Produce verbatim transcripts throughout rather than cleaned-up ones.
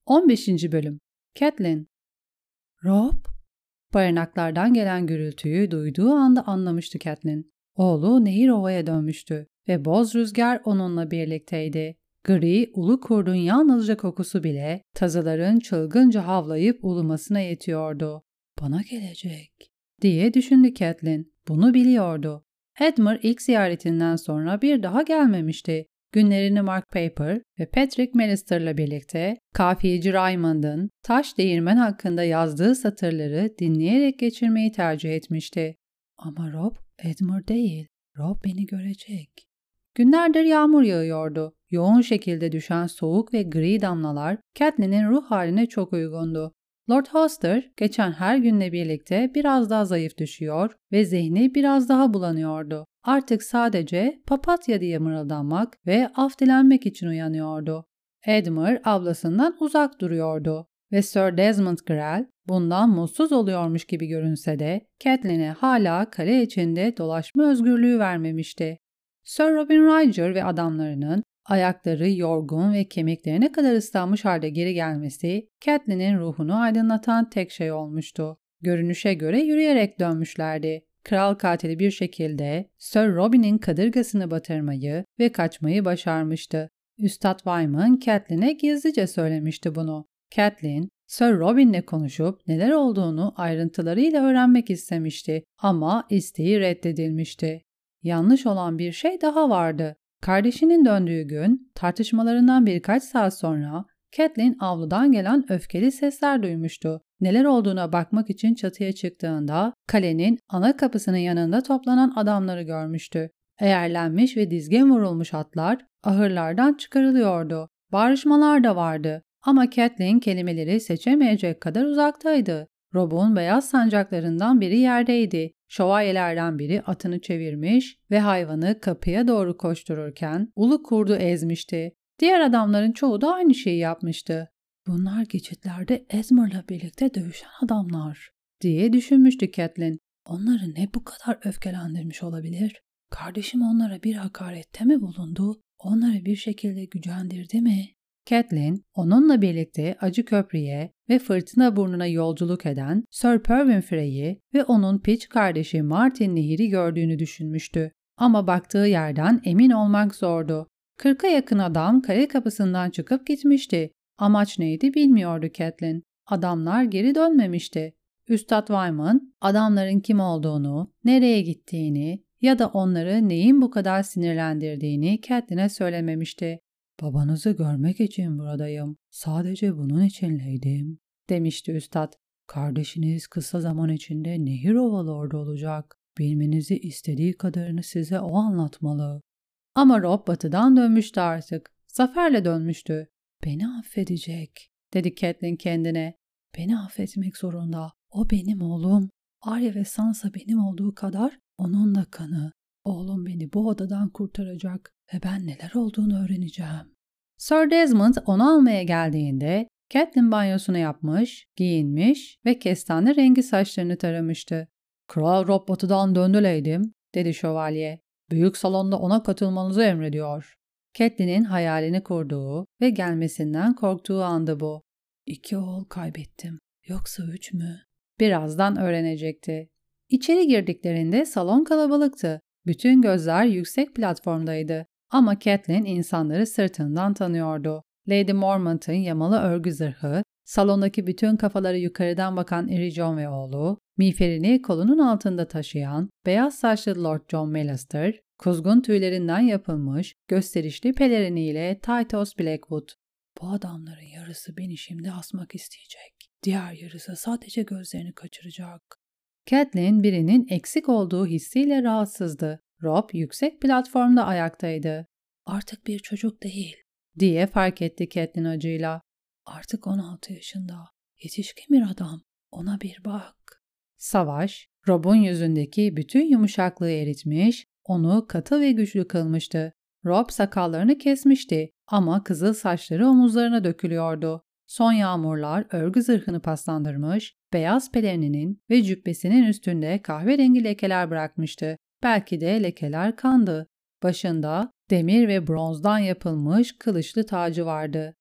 on beşinci Bölüm Catelyn. Rob? Barınaklardan gelen gürültüyü duyduğu anda anlamıştı Catelyn. Oğlu Nehirova'ya dönmüştü ve boz rüzgar onunla birlikteydi. Gri, ulu kurdun yalnızca kokusu bile tazıların çılgınca havlayıp ulumasına yetiyordu. Bana gelecek diye düşündü Catelyn. Bunu biliyordu. Edmure ilk ziyaretinden sonra bir daha gelmemişti. Günlerini Mark Paper ve Patrick Mallister'la birlikte kafiyeci Raymond'ın taş değirmen hakkında yazdığı satırları dinleyerek geçirmeyi tercih etmişti. Ama Rob, Edmure değil. Rob beni görecek. Günlerdir yağmur yağıyordu. Yoğun şekilde düşen soğuk ve gri damlalar Catelyn'in ruh haline çok uygundu. Lord Hoster geçen her günle birlikte biraz daha zayıf düşüyor ve zihni biraz daha bulanıyordu. Artık sadece papatya diye mırıldanmak ve af dilenmek için uyanıyordu. Edmure ablasından uzak duruyordu ve Sir Desmond Grell bundan mutsuz oluyormuş gibi görünse de Catelyn'e hala kale içinde dolaşma özgürlüğü vermemişti. Sir Robin Ryger ve adamlarının ayakları yorgun ve kemiklerine kadar ıslanmış halde geri gelmesi Catelyn'in ruhunu aydınlatan tek şey olmuştu. Görünüşe göre yürüyerek dönmüşlerdi. Kral katili bir şekilde Sir Robin'in kadırgasını batırmayı ve kaçmayı başarmıştı. Üstad Wyman Catelyn'e gizlice söylemişti bunu. Catelyn, Sir Robin'le konuşup neler olduğunu ayrıntılarıyla öğrenmek istemişti ama isteği reddedilmişti. Yanlış olan bir şey daha vardı. Kardeşinin döndüğü gün tartışmalarından birkaç saat sonra Catelyn avludan gelen öfkeli sesler duymuştu. Neler olduğuna bakmak için çatıya çıktığında kalenin ana kapısının yanında toplanan adamları görmüştü. Eğerlenmiş ve dizgin vurulmuş atlar ahırlardan çıkarılıyordu. Bağırışmalar da vardı ama Catelyn kelimeleri seçemeyecek kadar uzaktaydı. Rob'un beyaz sancaklarından biri yerdeydi. Şövalyelerden biri atını çevirmiş ve hayvanı kapıya doğru koştururken ulu kurdu ezmişti. Diğer adamların çoğu da aynı şeyi yapmıştı. Bunlar geçitlerde Edmure'la birlikte dövüşen adamlar diye düşünmüştü Catelyn. Onları ne bu kadar öfkelendirmiş olabilir? Kardeşim onlara bir hakarette mi bulundu? Onları bir şekilde gücendirdi mi? Catelyn, onunla birlikte Acı Köprü'ye ve Fırtına Burnu'na yolculuk eden Sir Perwyn Frey'i ve onun piç kardeşi Martin Nehir'i gördüğünü düşünmüştü. Ama baktığı yerden emin olmak zordu. Kırka yakın adam kale kapısından çıkıp gitmişti. Amaç neydi bilmiyordu Catelyn. Adamlar geri dönmemişti. Üstad Wyman, adamların kim olduğunu, nereye gittiğini ya da onları neyin bu kadar sinirlendirdiğini Catelyn'e söylememişti. "Babanızı görmek için buradayım. Sadece bunun için Lady'm," demişti üstad. "Kardeşiniz kısa zaman içinde Nehirova Lord'u olacak. Bilmenizi istediği kadarını size o anlatmalı." Ama Rob batıdan dönmüştü artık. Zaferle dönmüştü. "Beni affedecek," dedi Catelyn kendine. "Beni affetmek zorunda. O benim oğlum. Arya ve Sansa benim olduğu kadar onun da kanı. Oğlum beni bu odadan kurtaracak ve ben neler olduğunu öğreneceğim." Sir Desmond onu almaya geldiğinde Catelyn banyosunu yapmış, giyinmiş ve kestane rengi saçlarını taramıştı. "Kral Rob batıdan döndü Lady'm," dedi şövalye. "Büyük salonda ona katılmanızı emrediyor." Catelyn'in hayalini kurduğu ve gelmesinden korktuğu andı bu. "İki oğul kaybettim. Yoksa üç mü?" Birazdan öğrenecekti. İçeri girdiklerinde salon kalabalıktı. Bütün gözler yüksek platformdaydı. Ama Catelyn insanları sırtından tanıyordu. Lady Mormont'un yamalı örgü zırhı, salondaki bütün kafaları yukarıdan bakan iri Jon ve oğlu, miğferini kolunun altında taşıyan beyaz saçlı Lord Jon Mallister, kuzgun tüylerinden yapılmış gösterişli peleriniyle Tytos Blackwood. "Bu adamların yarısı beni şimdi asmak isteyecek. Diğer yarısı sadece gözlerini kaçıracak." Catelyn birinin eksik olduğu hissiyle rahatsızdı. Rob yüksek platformda ayaktaydı. "Artık bir çocuk değil," diye fark etti Catelyn acıyla. "Artık on altı yaşında. Yetişkin bir adam. Ona bir bak." Savaş, Rob'un yüzündeki bütün yumuşaklığı eritmiş, onu katı ve güçlü kılmıştı. Rob sakallarını kesmişti ama kızıl saçları omuzlarına dökülüyordu. Son yağmurlar örgü zırhını paslandırmış, beyaz pelerininin ve cübbesinin üstünde kahverengi lekeler bırakmıştı. Belki de lekeler kandı. Başında demir ve bronzdan yapılmış kılıçlı tacı vardı.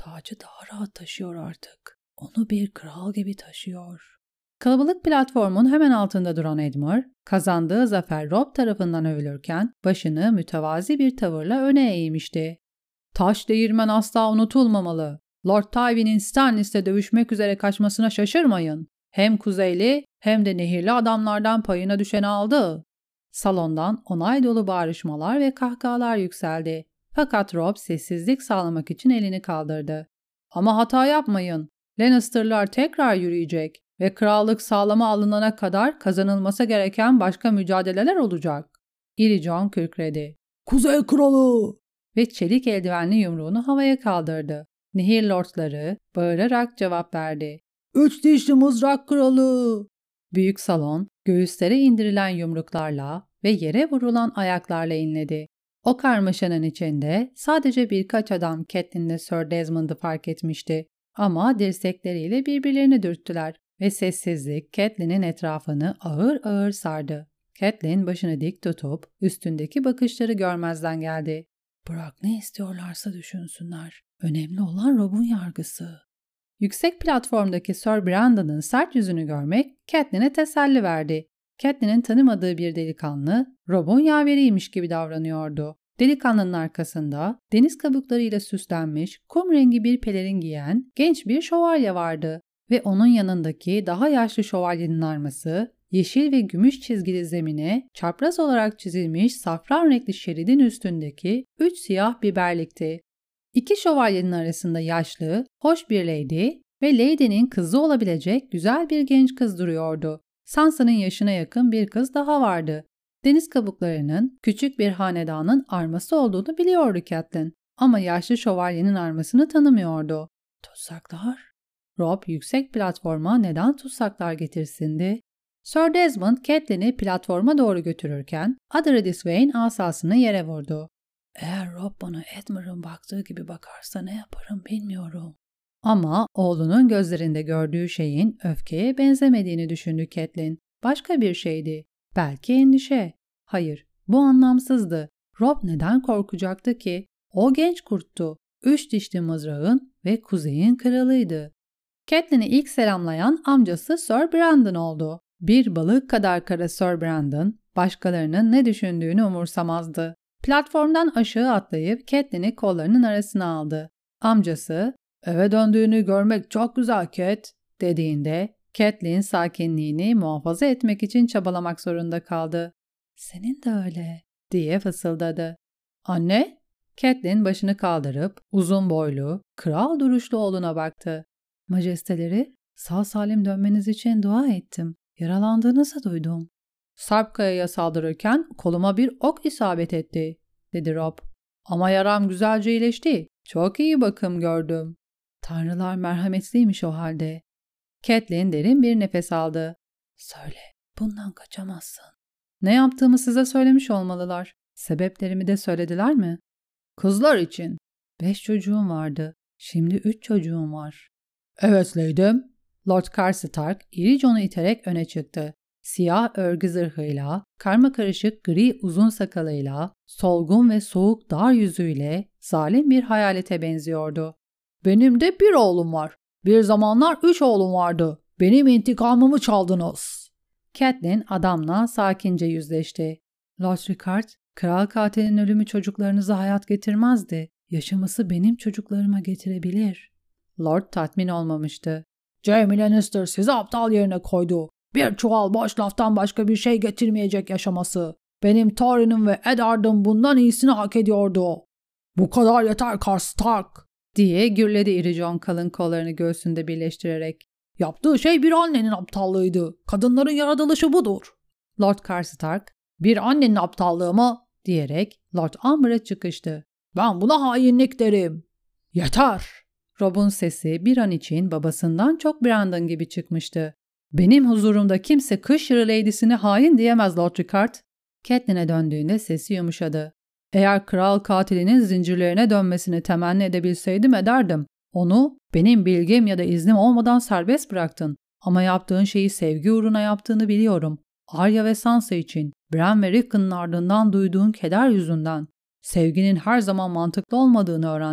Tacı daha rahat taşıyor artık. Onu bir kral gibi taşıyor. Kalabalık platformun hemen altında duran Edmure, kazandığı zafer Robb tarafından övülürken başını mütevazi bir tavırla öne eğmişti. Taş değirmen asla unutulmamalı. Lord Tywin'in Stannis'le dövüşmek üzere kaçmasına şaşırmayın. Hem kuzeyli hem de nehirli adamlardan payına düşeni aldı. Salondan onay dolu bağırışmalar ve kahkahalar yükseldi. Fakat Robb sessizlik sağlamak için elini kaldırdı. Ama hata yapmayın. Lannister'lar tekrar yürüyecek ve krallık sağlama alınana kadar kazanılması gereken başka mücadeleler olacak. İri Jon kükredi. Kuzey Kralı! Ve çelik eldivenli yumruğunu havaya kaldırdı. Nehir lordları bağırarak cevap verdi. Üç dişli mızrak kralı! Büyük salon göğüslere indirilen yumruklarla ve yere vurulan ayaklarla inledi. O karmaşanın içinde sadece birkaç adam Catelyn'le Sir Desmond'ı fark etmişti. Ama dirsekleriyle birbirlerini dürttüler ve sessizlik Catelyn'in etrafını ağır ağır sardı. Catelyn başını dik tutup üstündeki bakışları görmezden geldi. Bırak ne istiyorlarsa düşünsünler. Önemli olan Robb'un yargısı. Yüksek platformdaki Sir Brandon'ın sert yüzünü görmek Catelyn'e teselli verdi. Catelyn'in tanımadığı bir delikanlı Robb'un yaveriymiş gibi davranıyordu. Delikanlının arkasında deniz kabuklarıyla süslenmiş kum rengi bir pelerin giyen genç bir şövalye vardı ve onun yanındaki daha yaşlı şövalyenin arması yeşil ve gümüş çizgili zemine çapraz olarak çizilmiş safran renkli şeridin üstündeki üç siyah biberlikti. İki şövalyenin arasında yaşlı, hoş bir lady ve lady'nin kızı olabilecek güzel bir genç kız duruyordu. Sansa'nın yaşına yakın bir kız daha vardı. Deniz kabuklarının küçük bir hanedanın arması olduğunu biliyordu Catelyn ama yaşlı şövalyenin armasını tanımıyordu. Tutsaklar? Robb yüksek platforma neden tutsaklar getirsindi? Sir Desmond Catelyn'i platforma doğru götürürken Adder Dyswain asasını yere vurdu. Eğer Robb bana Edmure'ın baktığı gibi bakarsa ne yaparım bilmiyorum. Ama oğlunun gözlerinde gördüğü şeyin öfkeye benzemediğini düşündü Catelyn. Başka bir şeydi. Belki endişe. Hayır, bu anlamsızdı. Robb neden korkacaktı ki? O genç kurttu. Üç dişli mızrağın ve kuzeyin kralıydı. Catelyn'i ilk selamlayan amcası Sir Brandon oldu. Bir balık kadar kara Sir Brandon, başkalarının ne düşündüğünü umursamazdı. Platformdan aşağı atlayıp Catelyn'i kollarının arasına aldı. Amcası, ''Eve döndüğünü görmek çok güzel Cat'' dediğinde Catelyn sakinliğini muhafaza etmek için çabalamak zorunda kaldı. ''Senin de öyle'' diye fısıldadı. ''Anne?'' Catelyn başını kaldırıp uzun boylu, kral duruşlu oğluna baktı. ''Majesteleri, sağ salim dönmeniz için dua ettim. Yaralandığınızı duydum.'' ''Sarpkaya'ya saldırırken koluma bir ok isabet etti'' dedi Robb. ''Ama yaram güzelce iyileşti. Çok iyi bakım gördüm.'' ''Tanrılar merhametliymiş o halde.'' Catelyn derin bir nefes aldı. ''Söyle, bundan kaçamazsın.'' ''Ne yaptığımı size söylemiş olmalılar. Sebeplerimi de söylediler mi?'' ''Kızlar için.'' ''Beş çocuğum vardı. Şimdi üç çocuğum var.'' ''Evet Lady'm.'' Lord Karstark iri Jon'u iterek öne çıktı. Siyah örgü zırhıyla, karmakarışık gri uzun sakalıyla, solgun ve soğuk dar yüzüyle zalim bir hayalete benziyordu. ''Benim de bir oğlum var. Bir zamanlar üç oğlum vardı. Benim intikamımı çaldınız.'' Catelyn adamla sakince yüzleşti. ''Lord Rickard, kral katilin ölümü çocuklarınıza hayat getirmezdi. Yaşaması benim çocuklarıma getirebilir.'' Lord tatmin olmamıştı. ''Jaime Lannister sizi aptal yerine koydu. Bir çuval boş laftan başka bir şey getirmeyecek yaşaması. Benim Thorin'im ve Eddard'ım bundan iyisini hak ediyordu. Bu kadar yeter Karstark!'' diye gürledi iri Jon kalın kollarını göğsünde birleştirerek. ''Yaptığı şey bir annenin aptallığıydı. Kadınların yaratılışı budur.'' Lord Karstark, ''Bir annenin aptallığı mı?'' diyerek Lord Amber'a çıkıştı. ''Ben buna hainlik derim.'' ''Yeter!'' Robb'un sesi bir an için babasından çok Brandon gibi çıkmıştı. ''Benim huzurumda kimse Kışırı Lady'sine hain diyemez Lord Rickard.'' Catelyn'e döndüğünde sesi yumuşadı. ''Eğer kral katilinin zincirlerine dönmesini temenni edebilseydim ederdim. Onu benim bilgim ya da iznim olmadan serbest bıraktın. Ama yaptığın şeyi sevgi uğruna yaptığını biliyorum. Arya ve Sansa için, Bran ve Rickon'un ardından duyduğun keder yüzünden. Sevginin her zaman mantıklı olmadığını öğrendim.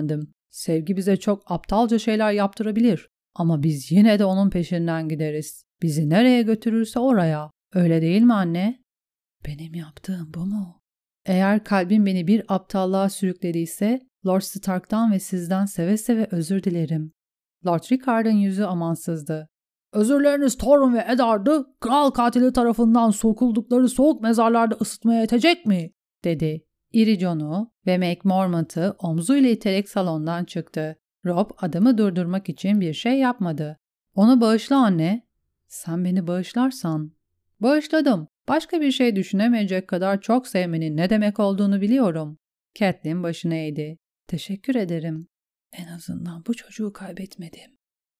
Sevgi bize çok aptalca şeyler yaptırabilir ama biz yine de onun peşinden gideriz. Bizi nereye götürürse oraya. Öyle değil mi anne? Benim yaptığım bu mu? Eğer kalbim beni bir aptallığa sürüklediyse Lord Stark'tan ve sizden seve seve özür dilerim. Lord Rickard'ın yüzü amansızdı. Özürleriniz Torun ve Eddard'ı kral katili tarafından sokuldukları soğuk mezarlarda ısıtmaya yetecek mi? Dedi. İri Jon'u ve McMormant'ı omzuyla iterek salondan çıktı. Robb adamı durdurmak için bir şey yapmadı. Onu bağışla anne. Sen beni bağışlarsan. Bağışladım. Başka bir şey düşünemeyecek kadar çok sevmenin ne demek olduğunu biliyorum. Catelyn başını eğdi. Teşekkür ederim. En azından bu çocuğu kaybetmedim.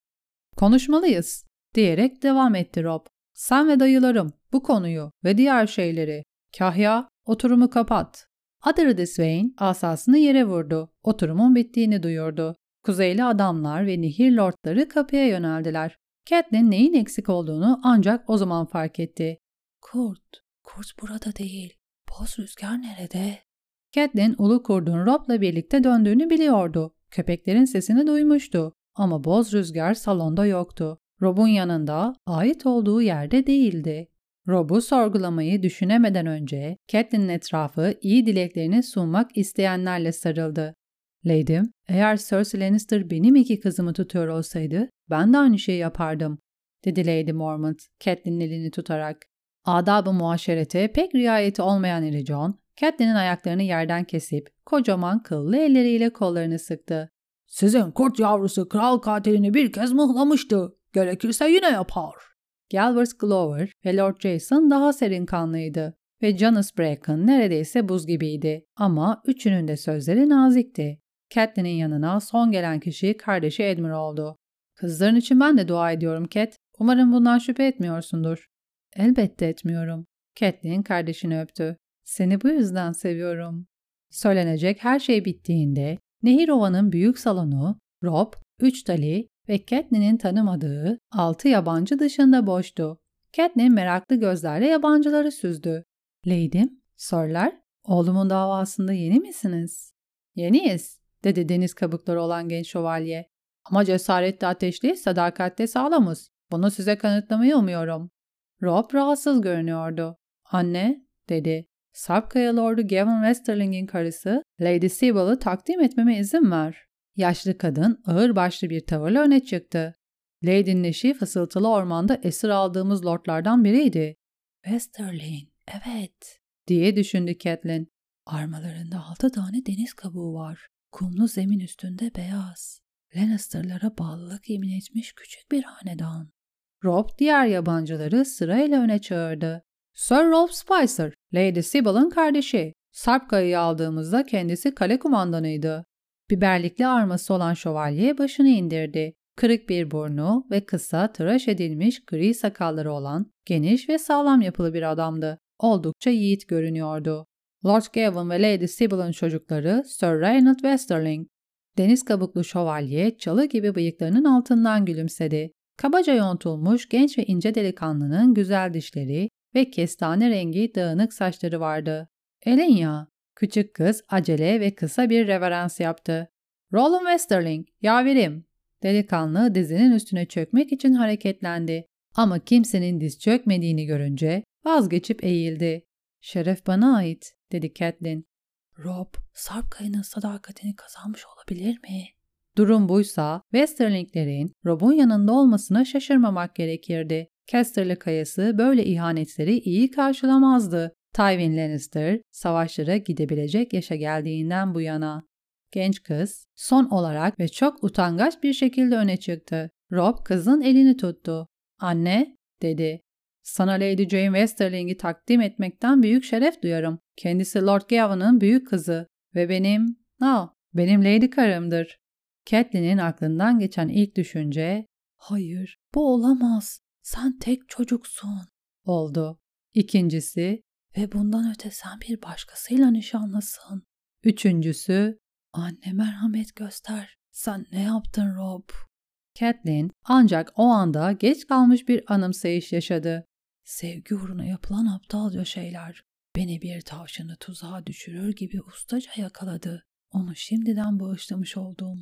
Konuşmalıyız, diyerek devam etti Robb. Sen ve dayılarım bu konuyu ve diğer şeyleri. Kahya, oturumu kapat. Adder Swain asasını yere vurdu. Oturumun bittiğini duyurdu. Kuzeyli adamlar ve nehir lordları kapıya yöneldiler. Catelyn neyin eksik olduğunu ancak o zaman fark etti. Kurt, kurt burada değil. Boz rüzgar nerede? Catelyn ulu kurdun Robb'la birlikte döndüğünü biliyordu. Köpeklerin sesini duymuştu. Ama boz rüzgar salonda yoktu. Robb'un yanında, ait olduğu yerde değildi. Robb'u sorgulamayı düşünemeden önce Catelyn'in etrafı iyi dileklerini sunmak isteyenlerle sarıldı. Lady'm, eğer Cersei Lannister benim iki kızımı tutuyor olsaydı ben de aynı şeyi yapardım, dedi Lady Mormont Catelyn'in elini tutarak. Adab-ı muaşerete pek riayeti olmayan iri Jon, Catelyn'in ayaklarını yerden kesip kocaman kıllı elleriyle kollarını sıktı. Sizin kurt yavrusu kral katilini bir kez mıhlamıştı. Gerekirse yine yapar. Galvers Glover ve Lord Jason daha serin kanlıydı ve Janos Bracken neredeyse buz gibiydi ama üçünün de sözleri nazikti. Catelyn'in yanına son gelen kişi kardeşi Edmure oldu. Kızların için ben de dua ediyorum Cat. Umarım bundan şüphe etmiyorsundur. Elbette etmiyorum. Catelyn kardeşini öptü. Seni bu yüzden seviyorum. Söylenecek her şey bittiğinde Nehirova'nın büyük salonu, Robb, üç dali ve Catelyn'in tanımadığı altı yabancı dışında boştu. Catelyn meraklı gözlerle yabancıları süzdü. Lady'm, Sirler, oğlumun davasında yeni misiniz? Yeniyiz, dedi deniz kabukları olan genç şövalye. Ama cesaretli ateşli, sadakatle sağlamız. Bunu size kanıtlamayı umuyorum. Robb rahatsız görünüyordu. Anne, dedi. Sarpkaya Lordu Gavin Westerling'in karısı Lady Sybil'ı takdim etmeme izin ver. Yaşlı kadın ağırbaşlı bir tavırla öne çıktı. Lady'nin eşi fısıltılı ormanda esir aldığımız lordlardan biriydi. Westerling, evet, diye düşündü Catelyn. Armalarında altı tane deniz kabuğu var. Kumlu zemin üstünde beyaz. Lannister'lara bağlılık yemin etmiş küçük bir hanedan. Robb diğer yabancıları sırayla öne çağırdı. Sir Robb Spicer, Lady Sybil'ın kardeşi. Sarpkaya'yı aldığımızda kendisi kale kumandanıydı. Biberlikli arması olan şövalye başını indirdi. Kırık bir burnu ve kısa tıraş edilmiş gri sakalları olan geniş ve sağlam yapılı bir adamdı. Oldukça yiğit görünüyordu. Lord Gavin ve Lady Sybil'ın çocukları Sir Reynold Westerling. Deniz kabuklu şövalye çalı gibi bıyıklarının altından gülümsedi. Kabaca yontulmuş genç ve ince delikanlının güzel dişleri ve kestane rengi dağınık saçları vardı. Elenya, küçük kız acele ve kısa bir reverans yaptı. Roland Westerling, yaverim. Delikanlı dizinin üstüne çökmek için hareketlendi. Ama kimsenin diz çökmediğini görünce vazgeçip eğildi. Şeref bana ait, dedi Catelyn. Robb, Sarpkaya'nın sadakatini kazanmış olabilir mi? Durum buysa Westerling'lerin Robb'un yanında olmasına şaşırmamak gerekirdi. Casterly kayası böyle ihanetleri iyi karşılamazdı. Tywin Lannister savaşlara gidebilecek yaşa geldiğinden bu yana. Genç kız son olarak ve çok utangaç bir şekilde öne çıktı. Robb kızın elini tuttu. Anne, dedi. Sana Lady Jane Westerling'i takdim etmekten büyük şeref duyarım. Kendisi Lord Gavin'ın büyük kızı ve benim, no, benim Lady karımdır. Catelyn'in aklından geçen ilk düşünce, hayır, bu olamaz. Sen tek çocuksun, oldu. İkincisi, ve bundan öte sen bir başkasıyla nişanlısın. Üçüncüsü, anne merhamet göster. Sen ne yaptın Robb? Catelyn ancak o anda geç kalmış bir anımsayış yaşadı. Sevgi uğruna yapılan aptalca şeyler beni bir tavşanı tuzağa düşürür gibi ustaca yakaladı. Onu şimdiden bağışlamış olduğum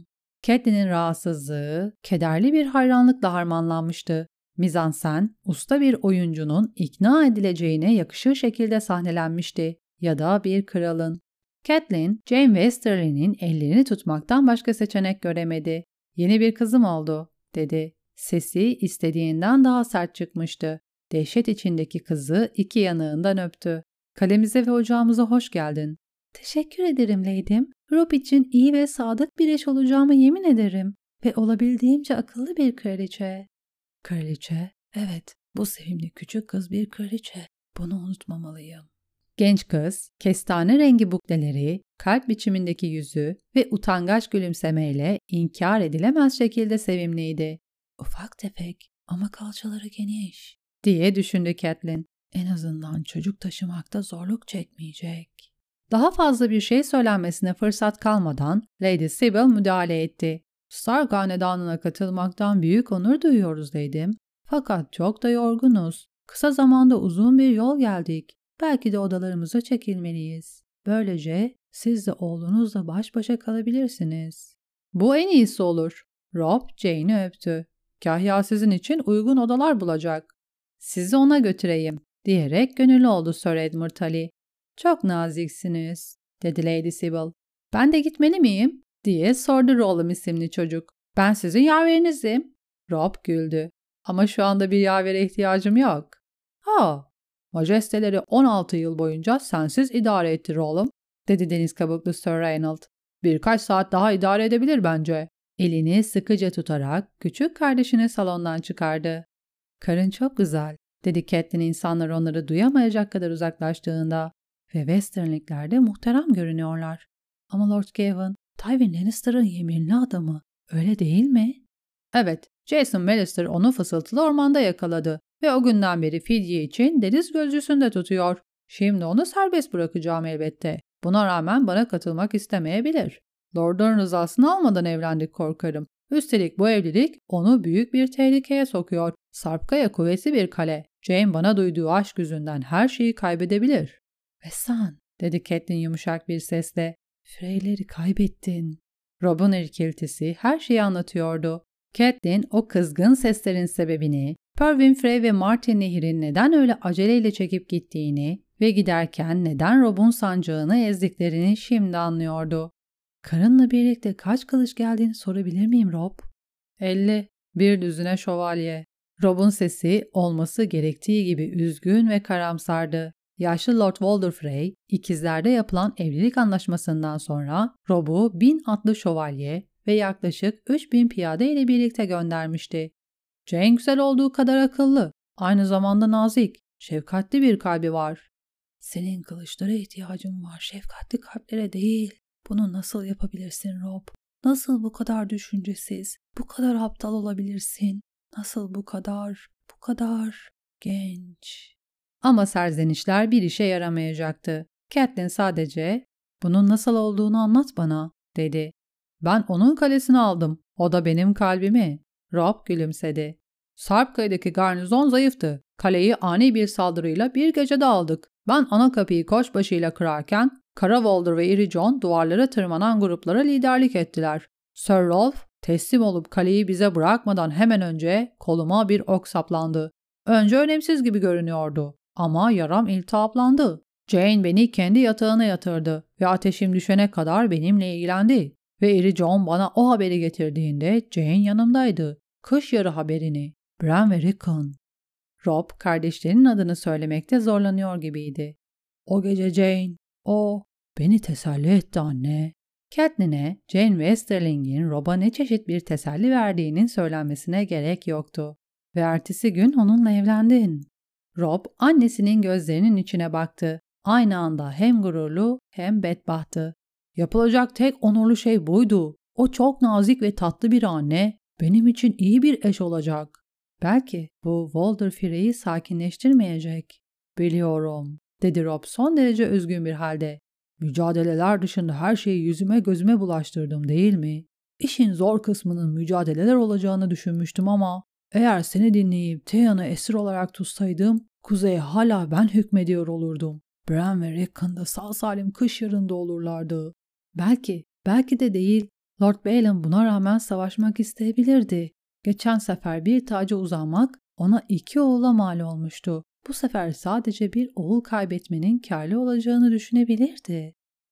Catelyn'in rahatsızlığı, kederli bir hayranlıkla harmanlanmıştı. Mizansen, usta bir oyuncunun ikna edileceğine yakışır şekilde sahnelenmişti ya da bir kralın. Catelyn, Jaime Westerly'nin ellerini tutmaktan başka seçenek göremedi. "Yeni bir kızım oldu," dedi. Sesi istediğinden daha sert çıkmıştı. Dehşet içindeki kızı iki yanağından öptü. "Kalemize ve ocağımıza hoş geldin." "Teşekkür ederim Lady'm. Rob için iyi ve sadık bir eş olacağıma yemin ederim. Ve olabildiğimce akıllı bir kraliçe." "Kraliçe? Evet, bu sevimli küçük kız bir kraliçe. Bunu unutmamalıyım." Genç kız, kestane rengi bukleleri, kalp biçimindeki yüzü ve utangaç gülümsemeyle inkar edilemez şekilde sevimliydi. "Ufak tefek ama kalçaları geniş," diye düşündü Catelyn. "En azından çocuk taşımakta zorluk çekmeyecek." Daha fazla bir şey söylenmesine fırsat kalmadan Lady Sybil müdahale etti. "Stark hanedanına katılmaktan büyük onur duyuyoruz dedim. Fakat çok da yorgunuz. Kısa zamanda uzun bir yol geldik. Belki de odalarımıza çekilmeliyiz. Böylece siz de oğlunuzla baş başa kalabilirsiniz." "Bu en iyisi olur." Rob Jane'i öptü. "Kahya sizin için uygun odalar bulacak." "Sizi ona götüreyim," diyerek gönüllü oldu Sir Edmund Tully. "Çok naziksiniz," dedi Lady Sybil. "Ben de gitmeli miyim?" diye sordu Rollum isimli çocuk. "Ben sizin yaverinizim." Rob güldü. "Ama şu anda bir yavere ihtiyacım yok." "Ha, majesteleri on altı yıl boyunca sensiz idare etti Rollum," dedi deniz kabuklu Sir Reynold. "Birkaç saat daha idare edebilir bence." Elini sıkıca tutarak küçük kardeşini salondan çıkardı. "Karın çok güzel," dedi Catelyn insanlar onları duyamayacak kadar uzaklaştığında. "Ve Westernlikler de muhterem görünüyorlar. Ama Lord Gawain, Tywin Lannister'ın yeminli adamı, öyle değil mi?" "Evet, Jason Mallister onu fısıltılı ormanda yakaladı ve o günden beri fidye için deniz gözcüsünde tutuyor. Şimdi onu serbest bırakacağım elbette. Buna rağmen bana katılmak istemeyebilir. Lord'un rızasını almadan evlendik korkarım. Üstelik bu evlilik onu büyük bir tehlikeye sokuyor. Sarpkaya kuvvetli bir kale. Jaime bana duyduğu aşk yüzünden her şeyi kaybedebilir." "Ve sen," dedi Catelyn yumuşak bir sesle, "Frey'leri kaybettin." Rob'un irkiltisi her şeyi anlatıyordu. Catelyn o kızgın seslerin sebebini, Perwyn Frey ve Martin Nehir'in neden öyle aceleyle çekip gittiğini ve giderken neden Rob'un sancağını ezdiklerini şimdi anlıyordu. "Karınla birlikte kaç kılıç geldiğini sorabilir miyim Rob?" "Elli. Bir düzine şövalye." Rob'un sesi olması gerektiği gibi üzgün ve karamsardı. Yaşlı Lord Walder Frey, ikizlerde yapılan evlilik anlaşmasından sonra Rob'u bin atlı şövalye ve yaklaşık üç bin piyade ile birlikte göndermişti. "Jane güzel olduğu kadar akıllı, aynı zamanda nazik, şefkatli bir kalbi var." "Senin kılıçlara ihtiyacın var, şefkatli kalplere değil. Bunu nasıl yapabilirsin Rob? Nasıl bu kadar düşüncesiz, bu kadar aptal olabilirsin? Nasıl bu kadar, bu kadar genç?" Ama serzenişler bir işe yaramayacaktı. Catelyn sadece "Bunun nasıl olduğunu anlat bana," dedi. "Ben onun kalesini aldım. O da benim kalbimi." Rob gülümsedi. "Sarpkaya'daki garnizon zayıftı. Kaleyi ani bir saldırıyla bir gecede aldık. Ben ana kapıyı koçbaşıyla kırarken Kara Walder ve Iri Jon duvarlara tırmanan gruplara liderlik ettiler. Sir Rolf teslim olup kaleyi bize bırakmadan hemen önce koluma bir ok saplandı. Önce önemsiz gibi görünüyordu ama yaram iltihaplandı. Jane beni kendi yatağına yatırdı ve ateşim düşene kadar benimle ilgilendi. Ve Iri Jon bana o haberi getirdiğinde Jane yanımdaydı. Kış yarı haberini. Bran ve Rickon." Rob kardeşlerinin adını söylemekte zorlanıyor gibiydi. "O gece Jane, o beni teselli etti anne." Catelyn'e Jane Westerling'in Rob'a ne çeşit bir teselli verdiğinin söylenmesine gerek yoktu. "Ve ertesi gün onunla evlendin." Rob annesinin gözlerinin içine baktı. Aynı anda hem gururlu hem bedbahtı. "Yapılacak tek onurlu şey buydu. O çok nazik ve tatlı bir anne. Benim için iyi bir eş olacak." "Belki bu Walder Frey'i sakinleştirmeyecek." "Biliyorum," dedi Rob son derece üzgün bir halde. "Mücadeleler dışında her şeyi yüzüme gözüme bulaştırdım değil mi? İşin zor kısmının mücadeleler olacağını düşünmüştüm ama eğer seni dinleyip Theon'u esir olarak tutsaydım, kuzeye hala ben hükmediyor olurdum. Bran ve Rickon da sağ salim kış yarında olurlardı." "Belki, belki de değil." Lord Balin buna rağmen savaşmak isteyebilirdi. Geçen sefer bir taca uzanmak ona iki oğula mal olmuştu. Bu sefer sadece bir oğul kaybetmenin kârlı olacağını düşünebilirdi.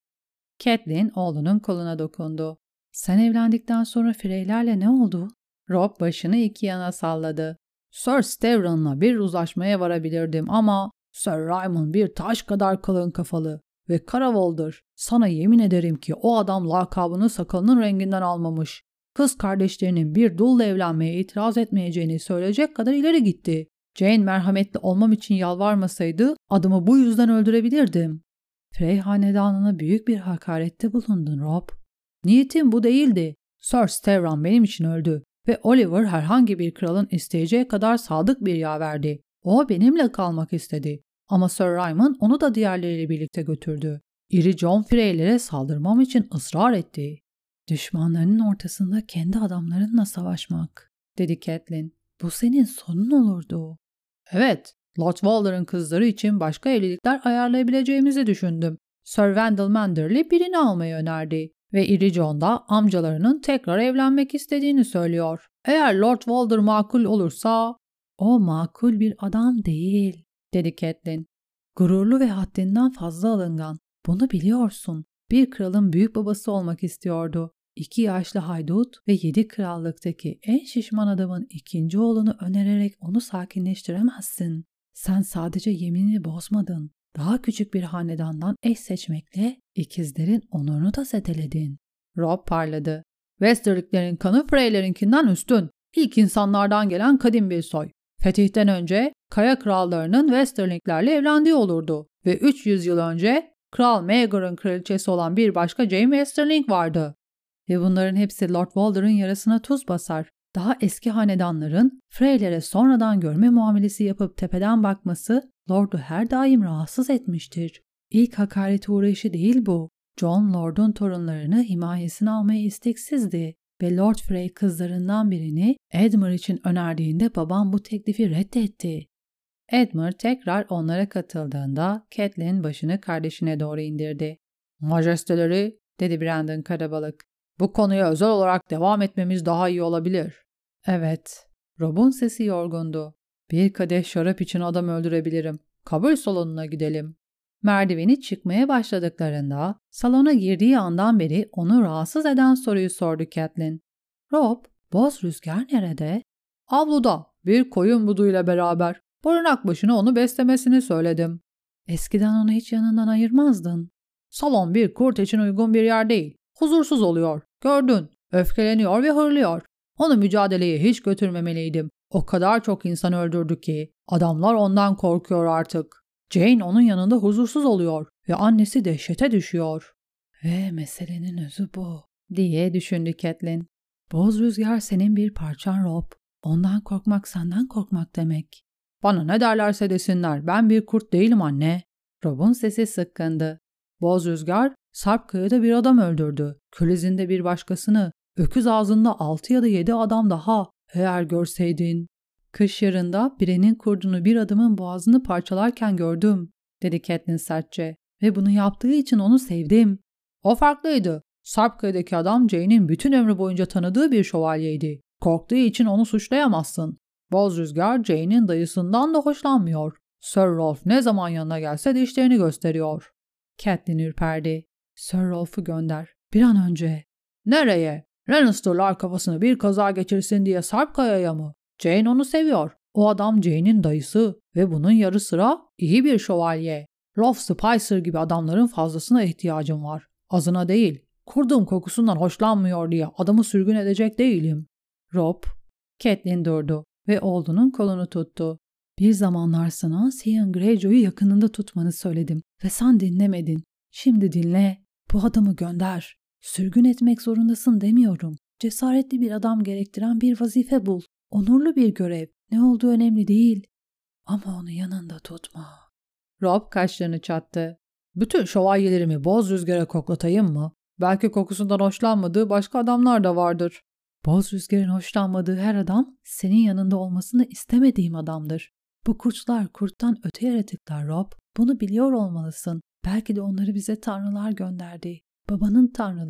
Catelyn oğlunun koluna dokundu. Sen evlendikten sonra Freylerle ne oldu? Robb başını iki yana salladı. Sir Stevran'la bir uzlaşmaya varabilirdim ama Sir Raymond bir taş kadar kalın kafalı ve Caravol'dur. Sana yemin ederim ki o adam lakabını sakalının renginden almamış. Kız kardeşlerinin bir dulla evlenmeye itiraz etmeyeceğini söyleyecek kadar ileri gitti. Jane merhametli olmam için yalvarmasaydı adamı bu yüzden öldürebilirdim. Frey hanedanına büyük bir hakarette bulundun Robb. Niyetim bu değildi. Sir Stevran benim için öldü ve Oliver herhangi bir kralın isteyeceği kadar sadık bir yaverdi. O benimle kalmak istedi. Ama Sir Raymond onu da diğerleriyle birlikte götürdü. İri John Freylere saldırmam için ısrar etti. Düşmanlarının ortasında kendi adamlarınla savaşmak, dedi Catelyn. Bu senin sonun olurdu. Evet, Lord Walder'ın kızları için başka evlilikler ayarlayabileceğimizi düşündüm. Sir Wendell Manderley birini almayı önerdi ve İri John da amcalarının tekrar evlenmek istediğini söylüyor. Eğer Lord Walder makul olursa... O makul bir adam değil, dedi Catelyn. Gururlu ve haddinden fazla alıngan. Bunu biliyorsun. Bir kralın büyük babası olmak istiyordu. İki yaşlı haydut ve yedi krallıktaki en şişman adamın ikinci oğlunu önererek onu sakinleştiremezsin. Sen sadece yeminini bozmadın. Daha küçük bir hanedandan eş seçmekle ikizlerin onurunu da zedeledin. Robb parladı. Westerliklerin kanı Freylerinkinden üstün. İlk insanlardan gelen kadim bir soy. Fetihten önce Kaya krallarının Westerliklerle evlendiği olurdu ve üç yüz yıl önce Kral Maegor'un kraliçesi olan bir başka Jane Westerling vardı. Ve bunların hepsi Lord Walder'ın yarasına tuz basar. Daha eski hanedanların Freylere sonradan görme muamelesi yapıp tepeden bakması Lord'u her daim rahatsız etmiştir. İlk hakarete uğrayışı değil bu. John Lord'un torunlarını himayesine almaya isteksizdi ve Lord Frey kızlarından birini Edmure için önerdiğinde babam bu teklifi reddetti. Edmure tekrar onlara katıldığında Catelyn başını kardeşine doğru indirdi. "Majesteleri," dedi Brandon karabalık. "Bu konuya özel olarak devam etmemiz daha iyi olabilir." "Evet." Robb'un sesi yorgundu. "Bir kadeh şarap için adam öldürebilirim. Kabul salonuna gidelim." Merdiveni çıkmaya başladıklarında salona girdiği andan beri onu rahatsız eden soruyu sordu Catelyn. "Robb, Boz Rüzgar nerede?" "Avluda, bir koyun buduyla beraber. Barınak başına onu beslemesini söyledim." "Eskiden onu hiç yanından ayırmazdın." "Salon bir kurt için uygun bir yer değil. Huzursuz oluyor. Gördün. Öfkeleniyor ve hırlıyor. Onu mücadeleye hiç götürmemeliydim. O kadar çok insan öldürdü ki adamlar ondan korkuyor artık. Jane onun yanında huzursuz oluyor ve annesi dehşete düşüyor." "Ve meselenin özü bu," diye düşündü Catelyn. "Boz Rüzgar senin bir parçan Robb. Ondan korkmak senden korkmak demek." "Bana ne derlerse desinler, ben bir kurt değilim anne." Robb'un sesi sıkkındı. "Boz Rüzgar Sarpkaya'da bir adam öldürdü. Kölizinde bir başkasını, öküz ağzında altı ya da yedi adam daha. Eğer görseydin." "Kış yarında Bire'nin kurdunu bir adamın boğazını parçalarken gördüm," dedi Catelyn sertçe. "Ve bunu yaptığı için onu sevdim." "O farklıydı. Sarpkaya'daki adam Jane'in bütün ömrü boyunca tanıdığı bir şövalyeydi. Korktuğu için onu suçlayamazsın. Boz Rüzgar Jane'in dayısından da hoşlanmıyor. Sir Rolf ne zaman yanına gelse dişlerini gösteriyor." Catelyn ürperdi. "Sir Rolf'u gönder. Bir an önce." "Nereye? Lannister'lar kafasını bir kaza geçirsin diye Sarpkaya'ya mı? Jane onu seviyor. O adam Jane'in dayısı ve bunun yarı sıra iyi bir şövalye. Rolf Spicer gibi adamların fazlasına ihtiyacım var. Azına değil. Kurdum kokusundan hoşlanmıyor diye adamı sürgün edecek değilim." "Robb." Catelyn durdu ve oğlunun kolunu tuttu. "Bir zamanlar sana Theon Greyjoy'u yakınında tutmanı söyledim ve sen dinlemedin. Şimdi dinle. Bu adamı gönder. Sürgün etmek zorundasın demiyorum. Cesaretli bir adam gerektiren bir vazife bul. Onurlu bir görev. Ne olduğu önemli değil. Ama onu yanında tutma." Robb kaşlarını çattı. "Bütün şövalyelerimi Boz Rüzgar'a koklatayım mı? Belki kokusundan hoşlanmadığı başka adamlar da vardır." "Boz Rüzgar'ın hoşlanmadığı her adam senin yanında olmasını istemediğim adamdır. Bu kurtlar kurttan öte yaratıklar Robb. Bunu biliyor olmalısın. Belki de onları bize tanrılar gönderdi. Babanın tanrıları.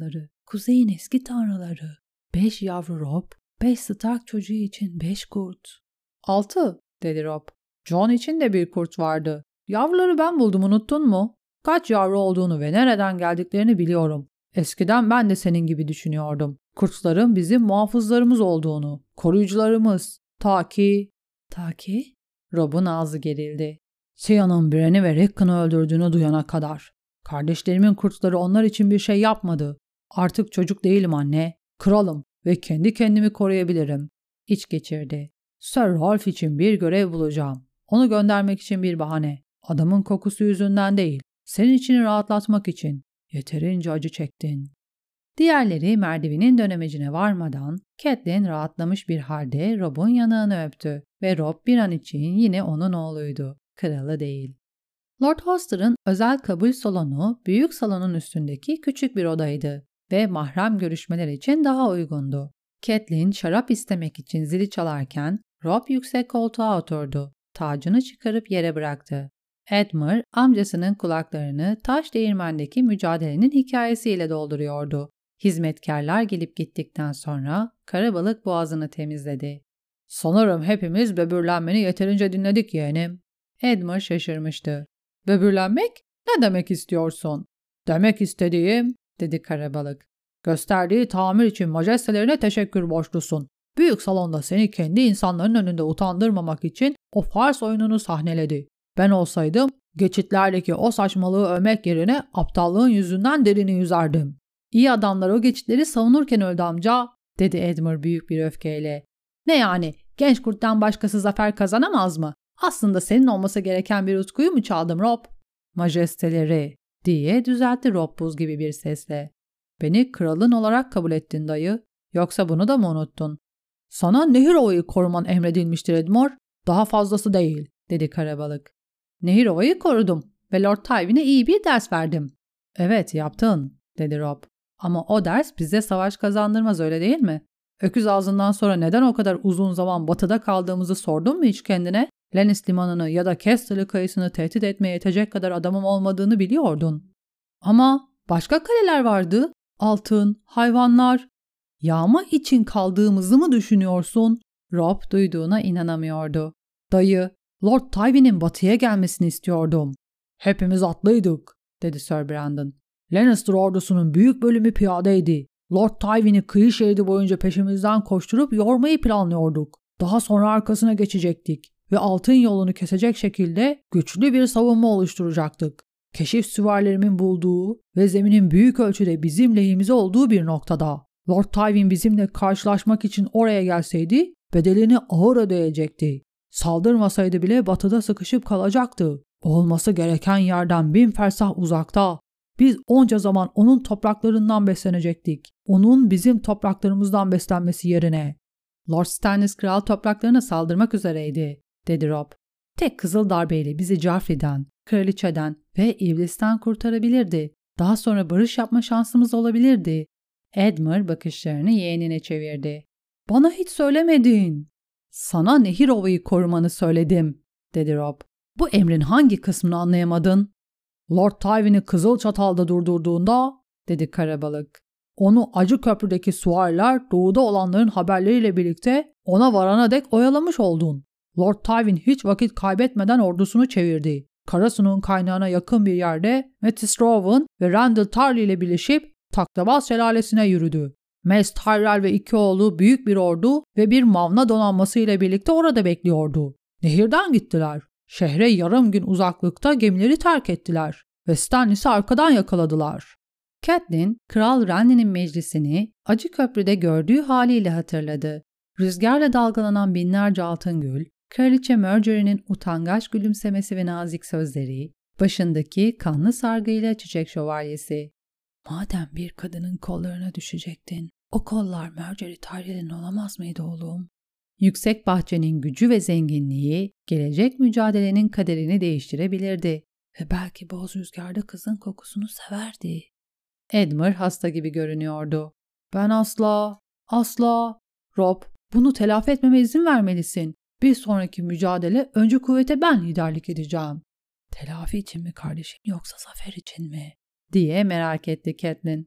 Kuzeyin eski tanrıları. Beş yavru Rob, beş Stark çocuğu için beş kurt. Altı, dedi Rob. Jon için de bir kurt vardı. Yavruları ben buldum, unuttun mu? Kaç yavru olduğunu ve nereden geldiklerini biliyorum. Eskiden ben de senin gibi düşünüyordum. Kurtların bizim muhafızlarımız olduğunu, koruyucularımız. Ta ki... Ta ki? Rob'un ağzı gerildi. Theon'un Brienne'i ve Rickon'u öldürdüğünü duyana kadar. Kardeşlerimin kurtları onlar için bir şey yapmadı. Artık çocuk değilim anne. Kralım ve kendi kendimi koruyabilirim. İç geçirdi. Sir Rolf için bir görev bulacağım. Onu göndermek için bir bahane. Adamın kokusu yüzünden değil. Senin içini rahatlatmak için. Yeterince acı çektin. Diğerleri merdivenin dönemecine varmadan Catelyn rahatlamış bir halde Rob'un yanağını öptü ve Rob bir an için yine onun oğluydu. Kralı değil. Lord Hoster'ın özel kabul salonu büyük salonun üstündeki küçük bir odaydı ve mahrem görüşmeler için daha uygundu. Catelyn şarap istemek için zili çalarken Rob yüksek koltuğa oturdu. Tacını çıkarıp yere bıraktı. Edmure amcasının kulaklarını taş değirmendeki mücadelenin hikayesiyle dolduruyordu. Hizmetkarlar gelip gittikten sonra karabalık boğazını temizledi. "Sanırım hepimiz böbürlenmeni yeterince dinledik yeğenim." Edmure şaşırmıştı. "Böbürlenmek? Ne demek istiyorsun?" "Demek istediğim," dedi karabalık, "gösterdiği tamir için majestelerine teşekkür borçlusun. Büyük salonda seni kendi insanların önünde utandırmamak için o fars oyununu sahneledi. Ben olsaydım geçitlerdeki o saçmalığı övmek yerine aptallığın yüzünden derini yüzerdim." "İyi adamlar o geçitleri savunurken öldü amca," dedi Edmure büyük bir öfkeyle. "Ne yani, genç kurttan başkası zafer kazanamaz mı? Aslında senin olması gereken bir utkuyu mu çaldım Rob?" "Majesteleri," diye düzeltti Rob buz gibi bir sesle. "Beni kralın olarak kabul ettin dayı. Yoksa bunu da mı unuttun?" "Sana Nehirova'yı koruman emredilmiştir Edmure. Daha fazlası değil," dedi karabalık. "Nehirova'yı korudum ve Lord Tywin'e iyi bir ders verdim." "Evet, yaptın," dedi Rob. "Ama o ders bize savaş kazandırmaz, öyle değil mi? Öküz ağzından sonra neden o kadar uzun zaman batıda kaldığımızı sordun mu hiç kendine? Lennis limanını ya da Casterly kayısını tehdit etmeye yetecek kadar adamım olmadığını biliyordun." "Ama başka kaleler vardı. Altın, hayvanlar. Yağma için kaldığımızı mı düşünüyorsun?" Rob duyduğuna inanamıyordu. "Dayı, Lord Tywin'in batıya gelmesini istiyordum." "Hepimiz atlıydık," dedi Sir Brandon. "Lannister ordusunun büyük bölümü piyadeydi. Lord Tywin'i kıyı şeridi boyunca peşimizden koşturup yormayı planlıyorduk. Daha sonra arkasına geçecektik ve altın yolunu kesecek şekilde güçlü bir savunma oluşturacaktık. Keşif süvarilerimin bulduğu ve zeminin büyük ölçüde bizim lehimize olduğu bir noktada. Lord Tywin bizimle karşılaşmak için oraya gelseydi bedelini ağır ödeyecekti. Saldırmasaydı bile batıda sıkışıp kalacaktı. Olması gereken yerden bin fersah uzakta. Biz onca zaman onun topraklarından beslenecektik. Onun bizim topraklarımızdan beslenmesi yerine." "Lord Stannis kral topraklarına saldırmak üzereydi," dedi Rob. "Tek kızıl darbeyle bizi Joffrey'den, kraliçeden ve iblisten kurtarabilirdi. Daha sonra barış yapma şansımız olabilirdi." Edmure bakışlarını yeğenine çevirdi. "Bana hiç söylemedin." "Sana Nehirova'yı korumanı söyledim," dedi Rob. "Bu emrin hangi kısmını anlayamadın?" "Lord Tywin'i Kızılçatal'da durdurduğunda," dedi karabalık, "onu Acıköprü'deki süvariler doğuda olanların haberleriyle birlikte ona varana dek oyalamış oldun. Lord Tywin hiç vakit kaybetmeden ordusunu çevirdi. Karasu'nun kaynağına yakın bir yerde Metis Rowan ve Randyll Tarly ile birleşip Taktabaz Şelalesi'ne yürüdü. Mace Tyrell ve iki oğlu büyük bir ordu ve bir mavna donanması ile birlikte orada bekliyordu. Nehirden gittiler. Şehre yarım gün uzaklıkta gemileri terk ettiler ve Stannis'i arkadan yakaladılar." Catelyn, Kral Renly'nin meclisini Acıköprü'de gördüğü haliyle hatırladı. Rüzgarla dalgalanan binlerce altın gül, Kraliçe Marjorie'nin utangaç gülümsemesi ve nazik sözleri, başındaki kanlı sargıyla çiçek şövalyesi. "Madem bir kadının kollarına düşecektin, o kollar Marjorie Tyrell'in olamaz mıydı oğlum?" Yüksek bahçenin gücü ve zenginliği gelecek mücadelenin kaderini değiştirebilirdi. Ve belki boz rüzgarda kızın kokusunu severdi. Edmure hasta gibi görünüyordu. "Ben asla, asla... Rob, bunu telafi etmeme izin vermelisin. Bir sonraki mücadele önce kuvvete ben liderlik edeceğim." "Telafi için mi kardeşim, yoksa zafer için mi?" diye merak etti Catelyn.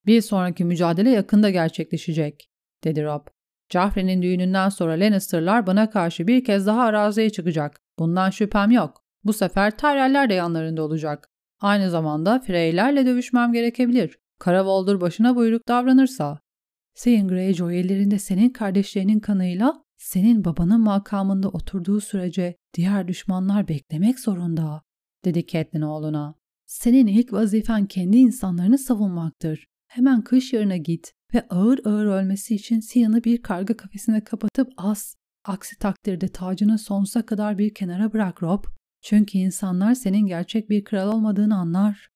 Bir sonraki mücadele yakında gerçekleşecek, dedi Robb. Joffrey'nin düğününden sonra Lannister'lar bana karşı bir kez daha araziye çıkacak. Bundan şüphem yok. Bu sefer Tyrell'ler de yanlarında olacak. Aynı zamanda Frey'lerle dövüşmem gerekebilir. Kara Walder başına buyruk davranırsa. Theon Greyjoy ellerinde senin kardeşlerinin kanıyla senin babanın makamında oturduğu sürece diğer düşmanlar beklemek zorunda, dedi Catelyn oğluna. Senin ilk vazifen kendi insanlarını savunmaktır. Hemen kış yarına git ve ağır ağır ölmesi için Theon'ı bir karga kafesine kapatıp as. Aksi takdirde tacını sonsuza kadar bir kenara bırak Robb. Çünkü insanlar senin gerçek bir kral olmadığını anlar.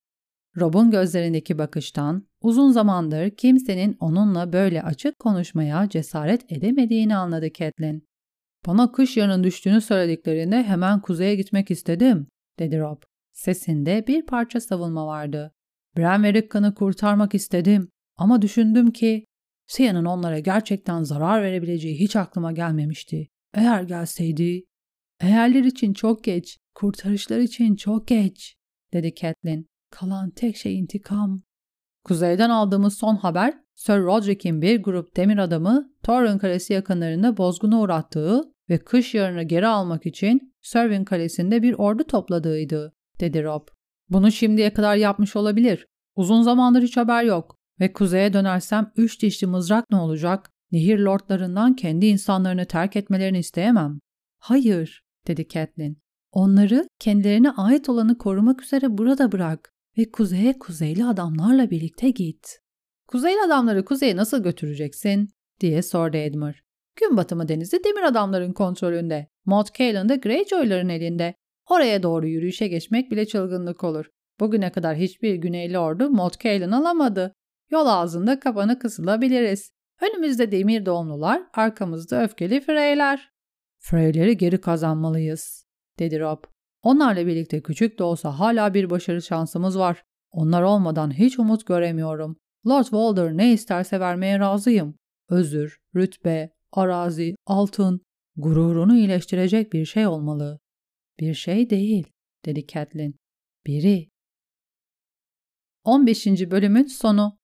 Robb'un gözlerindeki bakıştan uzun zamandır kimsenin onunla böyle açık konuşmaya cesaret edemediğini anladı Catelyn. Bana kış yarının düştüğünü söylediklerinde hemen kuzeye gitmek istedim, dedi Robb. Sesinde bir parça savunma vardı. Bran ve Rickon'u kurtarmak istedim ama düşündüm ki Theon'un onlara gerçekten zarar verebileceği hiç aklıma gelmemişti. Eğer gelseydi... Eğerler için çok geç, kurtarışlar için çok geç, dedi Catelyn. Kalan tek şey intikam. Kuzeyden aldığımız son haber, Sir Roderick'in bir grup demir adamı Torrhen Kalesi yakınlarında bozguna uğrattığı ve kış yarını geri almak için Sirven Kalesi'nde bir ordu topladığıydı, dedi Robb. Bunu şimdiye kadar yapmış olabilir. Uzun zamandır hiç haber yok ve kuzeye dönersem üç dişli mızrak ne olacak? Nehir lordlarından kendi insanlarını terk etmelerini isteyemem. Hayır, dedi Catelyn. Onları kendilerine ait olanı korumak üzere burada bırak ve kuzeye kuzeyli adamlarla birlikte git. Kuzeyli adamları kuzeye nasıl götüreceksin? Diye sordu Edmure. Gün batımı denizi demir adamların kontrolünde. Moat Cailin de Greyjoy'ların elinde. Oraya doğru yürüyüşe geçmek bile çılgınlık olur. Bugüne kadar hiçbir güneyli ordu Moat Cailin alamadı. Yol ağzında kapana kısılabiliriz. Önümüzde demir doğumlular, arkamızda öfkeli Freyler. Freyleri geri kazanmalıyız, dedi Robb. Onlarla birlikte küçük de olsa hala bir başarı şansımız var. Onlar olmadan hiç umut göremiyorum. Lord Walder ne isterse vermeye razıyım. Özür, rütbe, arazi, altın, gururunu iyileştirecek bir şey olmalı. Bir şey değil, dedi Catelyn. Biri. on beşinci bölümün sonu.